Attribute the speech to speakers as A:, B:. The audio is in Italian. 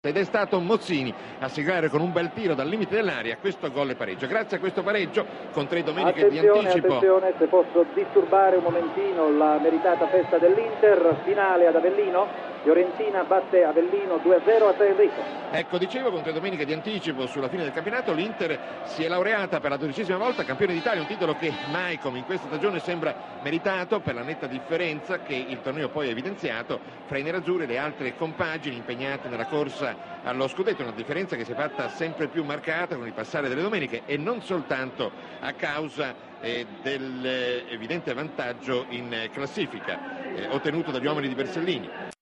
A: Ed è stato Mozzini a siglare con un bel tiro dal limite dell'area questo gol e pareggio. Grazie a questo pareggio, con 3 domeniche di anticipo.
B: Attenzione, se posso disturbare un momentino la meritata festa dell'Inter, finale ad Avellino. Fiorentina batte Avellino 2-0 a te Enrico.
A: Ecco, dicevo, con 3 domeniche di anticipo sulla fine del campionato, l'Inter si è laureata per la 12ª volta campione d'Italia, un titolo che mai come in questa stagione sembra meritato per la netta differenza che il torneo poi ha evidenziato fra i nerazzurri e le altre compagini impegnate nella corsa allo scudetto, una differenza che si è fatta sempre più marcata con il passare delle domeniche e non soltanto a causa dell'evidente vantaggio in classifica ottenuto dagli uomini di Bersellini.